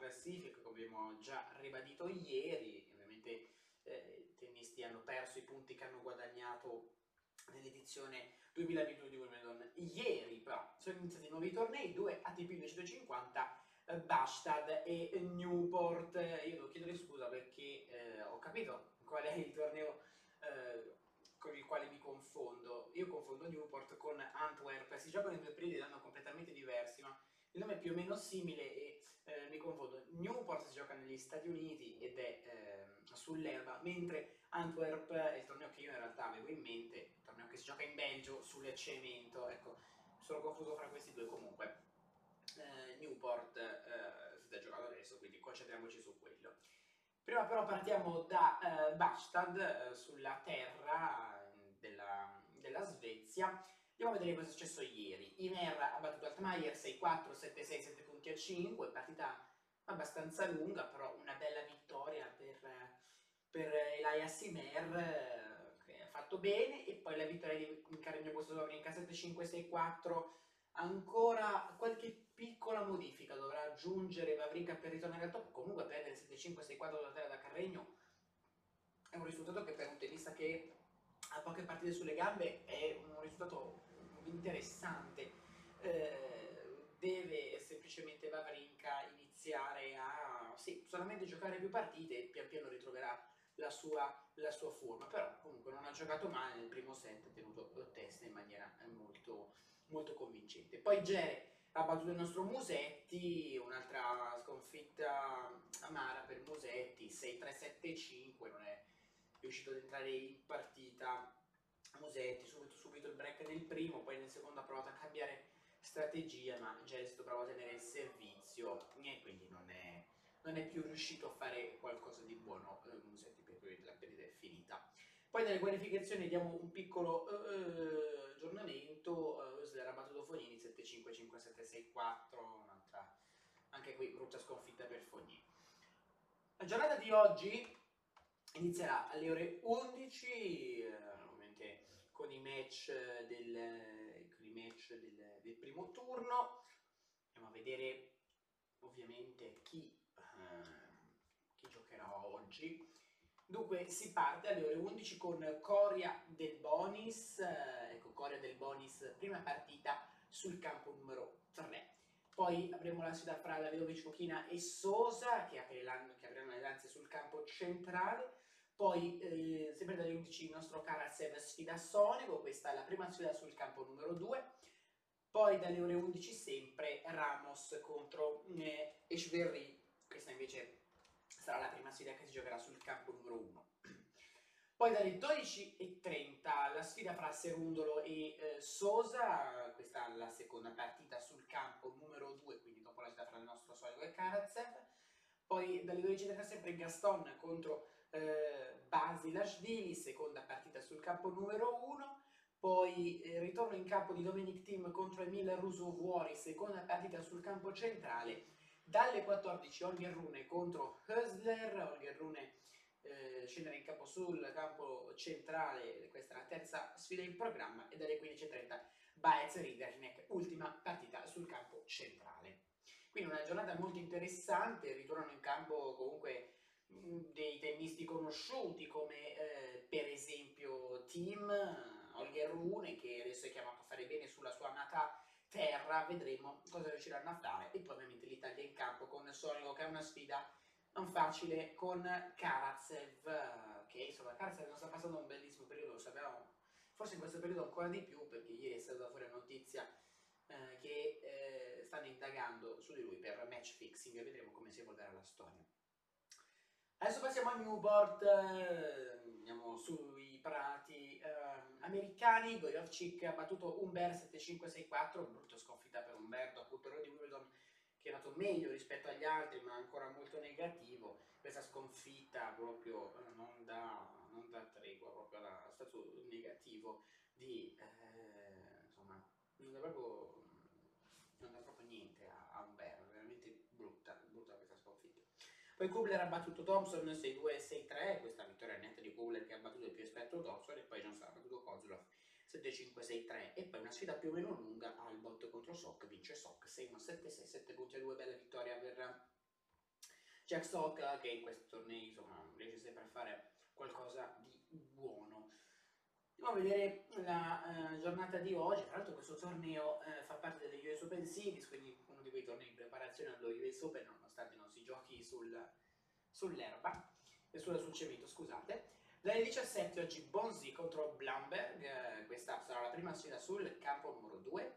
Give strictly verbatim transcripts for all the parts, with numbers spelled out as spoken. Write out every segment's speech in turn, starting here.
classifica, come abbiamo già ribadito ieri. Ovviamente eh, i tennisti hanno perso i punti che hanno guadagnato nell'edizione duemilaventuno di Wimbledon. Ieri però sono iniziati nuovi tornei, due A T P duecentocinquanta, eh, Bastad e Newport. Io devo chiedere scusa perché eh, ho capito qual è il torneo eh, con il quale mi confondo. Io confondo Newport con Antwerp, si giocano in due periodi d'anno completamente diversi, ma il nome è più o meno simile e eh, mi confondo. Newport si gioca negli Stati Uniti ed è eh, sull'erba, mentre Antwerp è il torneo che io in realtà avevo in mente, il torneo che si gioca in Belgio sul cemento. Ecco, sono confuso fra questi due. Comunque eh, Newport eh, si sta giocando adesso, quindi concentriamoci su quello. Prima però partiamo da eh, Bastad, eh, sulla terra eh, della, della Svezia. Andiamo a vedere cosa è successo ieri. Imer ha battuto Altmaier sei quattro, sette sei, sette punti a cinque, partita abbastanza lunga, però una bella vittoria per, per Elias Imer, eh, che ha fatto bene, e poi la vittoria di Carreño Busta-Wawrinka sette cinque, sei quattro. Ancora qualche piccola modifica dovrà aggiungere Wawrinka per ritornare al top. Comunque perdere sette cinque, sei quattro da terra da Carreño è un risultato che per un tennista che ha poche partite sulle gambe è un risultato interessante. Eh, deve semplicemente Wawrinka iniziare a sì, solamente giocare più partite e pian piano ritroverà la sua, la sua forma, però comunque non ha giocato male nel primo set, ha tenuto testa in maniera molto, molto convincente. Poi Gere ha battuto il nostro Musetti, un'altra sconfitta amara per Musetti, sei tre sette cinque, non è riuscito ad entrare in partita Musetti, subito, subito il break nel primo, poi nel secondo ha provato a cambiare strategia, ma Gere è stato bravo a tenere il servizio e quindi non è, non è più riuscito a fare qualcosa di buono eh, Musetti, perché la partita è finita. Poi nelle qualificazioni diamo un piccolo eh, aggiornamento. Osler ha battuto Fognini sette cinque, cinque sette, sei quattro, un'altra, anche qui brutta sconfitta per Fognini. La giornata di oggi inizierà alle ore undici, eh, ovviamente con i match, del, con i match del, del primo turno. Andiamo a vedere ovviamente chi, eh, chi giocherà oggi. Dunque si parte alle ore undici con Coria del Bonis, eh, ecco Coria del Bonis, prima partita sul campo numero tre. Poi avremo la sfida fra Davidovic Fokina e Sosa che apriranno, che apriranno le danze sul campo centrale. Poi eh, sempre dalle undici il nostro Karatsev sfida Sonego, questa è la prima sfida sul campo numero due. Poi dalle ore undici sempre Ramos contro eh, Echeverry, questa invece sarà la prima sfida che si giocherà sul campo numero uno. Poi dalle dodici e trenta la sfida fra Serundolo e eh, Sosa, questa è la seconda partita sul campo numero due, quindi dopo la sfida fra il nostro Sonego e Karatsev. Poi dalle dodici e trenta sempre Gaston contro eh, Basilashvili, seconda partita sul campo numero uno. Poi eh, ritorno in campo di Dominic Thiem contro Emile Ruusuvuori, seconda partita sul campo centrale. Dalle quattordici Holger Rune contro Hösler, Holger Rune eh, scendere in campo sul campo centrale, questa è la terza sfida in programma, e dalle quindici e trenta Baez Rinderknecht, ultima partita sul campo centrale. Quindi una giornata molto interessante, ritornano in campo comunque mh, dei tennisti conosciuti come eh, per esempio Thiem, Holger Rune, che adesso è chiamato a fare bene sulla sua amata terra, vedremo cosa riusciranno a fare. E poi ovviamente l'Italia in campo con Sonego, che è una sfida non facile, con Karatsev, che insomma Karatsev non sta passando un bellissimo periodo, lo sappiamo, forse in questo periodo ancora di più, perché ieri è stata fuori la notizia eh, che eh, stanno indagando su di lui per match fixing, e vedremo come si evolverà la storia. Adesso passiamo a Newport, eh, andiamo sui prati eh, americani. Gojovcic ha battuto Humbert sette cinque sei quattro, brutta sconfitta per Humbert, appunto il di Wimbledon che è andato meglio rispetto agli altri, ma ancora molto negativo. Questa sconfitta proprio eh, non, dà, non dà tregua proprio allo stato negativo di, eh, insomma, non dà proprio, non dà proprio niente a, a Humbert, veramente brutta, brutta questa sconfitta. Poi Kubler ha battuto Thompson sei due sei tre, questa vittoria netta di Kubler che ha battuto il più esperto Thompson, e poi Johnson ha battuto Kozlov sette cinque sei tre, e poi una sfida più o meno lunga, Albot contro Sock, vince Sock sei uno sette sei, sette punti a due, bella vittoria per, Jack Sock, che in questi tornei insomma riesce sempre a fare qualcosa di buono. Andiamo a vedere la eh, giornata di oggi. Tra l'altro questo torneo eh, fa parte delle U S Open Series, quindi uno di quei tornei in preparazione allo U S Open, nonostante non si giochi sul, sull'erba, e sul, sul cemento, scusate. Dalle diciassette oggi Bonzi contro Blumberg, eh, questa sarà la prima sfida sul campo numero due.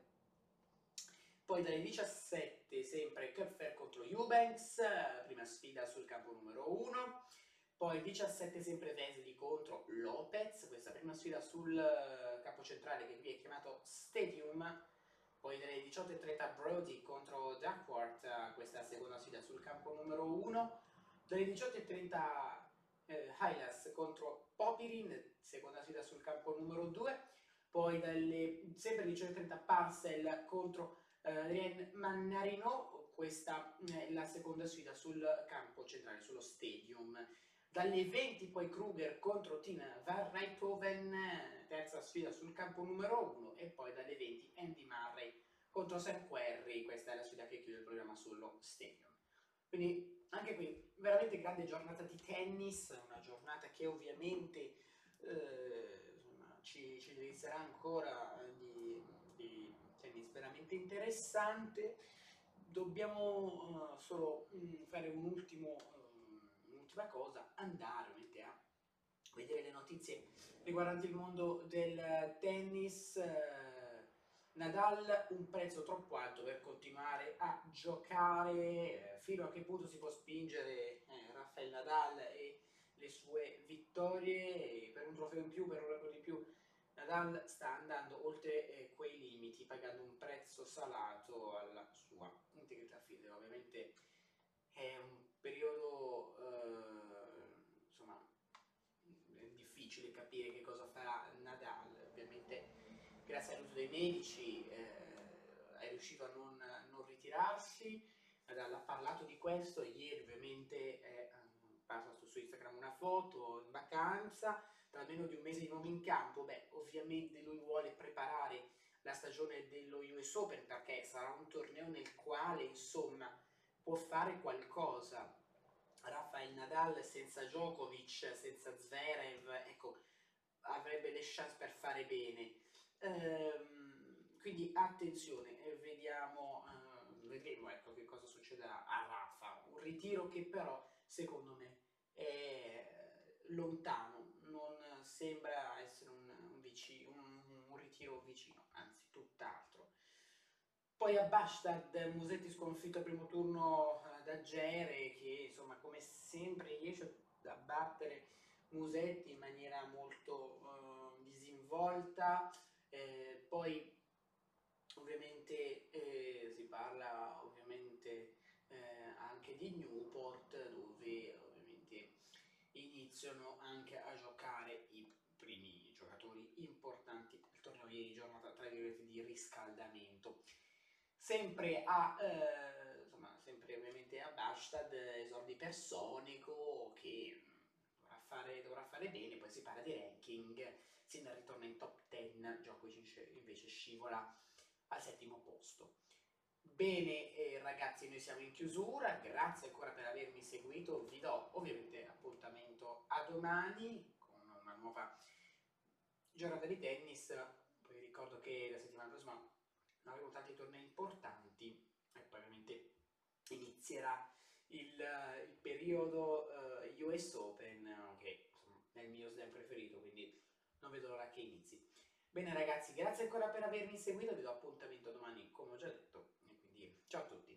Poi dalle diciassette sempre Köpfer contro Eubanks, eh, prima sfida sul campo numero uno. Poi diciassette sempre Vesely contro Lopez, questa prima sfida sul uh, campo centrale che qui è chiamato Stadium. Poi dalle diciotto e trenta Brody contro Duckworth, uh, questa seconda sfida sul campo numero uno. Dalle diciotto e trenta eh, Hylas contro Popirin, seconda sfida sul campo numero due. Poi dalle sempre diciotto e trenta Parcel contro uh, Adrien Mannarino, questa è la seconda sfida sul campo centrale, sullo Stadium. Dalle venti poi Kruger contro Tim Van Rijthoven, terza sfida sul campo numero uno, e poi dalle venti Andy Murray contro Sam Querrey, questa è la sfida che chiude il programma sullo Stadium. Quindi anche qui veramente grande giornata di tennis, una giornata che ovviamente eh, insomma, ci, ci delizierà ancora di, di tennis veramente interessante. Dobbiamo uh, solo um, fare un ultimo un'ultima cosa, andare ovviamente a vedere le notizie riguardanti il mondo del tennis. eh, Nadal un prezzo troppo alto per continuare a giocare, eh, fino a che punto si può spingere eh, Rafael Nadal e le sue vittorie, per un trofeo in più, per un record in più. Nadal sta andando oltre eh, quei limiti, pagando un prezzo salato alla sua integrità fisica. Ovviamente è un periodo eh, insomma è difficile capire che cosa farà Nadal. Ovviamente grazie all'aiuto dei medici eh, è riuscito a non, non ritirarsi. Nadal ha parlato di questo ieri, ovviamente è passato su Instagram una foto in vacanza, tra meno di un mese di nuovo in campo. Beh, ovviamente lui vuole preparare la stagione dello U S Open, perché sarà un torneo nel quale insomma può fare qualcosa. Rafael Nadal senza Djokovic, senza Zverev, ecco, avrebbe le chance per fare bene. Ehm, quindi attenzione, eh, vediamo, eh, vedremo ecco, che cosa succederà a Rafa. Un ritiro che però, secondo me, è lontano, non sembra essere un, un, vicino, un, un ritiro vicino, anzi tutt'altro. Poi a Bastard, Musetti sconfitto al primo turno eh, da Gere, che insomma come sempre riesce a battere Musetti in maniera molto eh, disinvolta. Eh, poi ovviamente eh, si parla ovviamente eh, anche di Newport, dove ovviamente iniziano anche a giocare i primi giocatori importanti del torneo di giornata, tra virgolette, di riscaldamento. Sempre a, eh, insomma, sempre ovviamente a Bastad, esordi Personico, che dovrà fare, dovrà fare bene. Poi si parla di ranking, Sinner ritorna in top dieci, Djokovic invece scivola al settimo posto. Bene eh, ragazzi, noi siamo in chiusura, grazie ancora per avermi seguito, vi do ovviamente appuntamento a domani con una nuova giornata di tennis. Poi vi ricordo che la settimana prossima avremo tanti tornei importanti e poi ovviamente inizierà il, il periodo uh, U S Open, che insomma, è il mio slam preferito, quindi non vedo l'ora che inizi. Bene ragazzi, grazie ancora per avermi seguito, vi do appuntamento domani come ho già detto, e quindi ciao a tutti.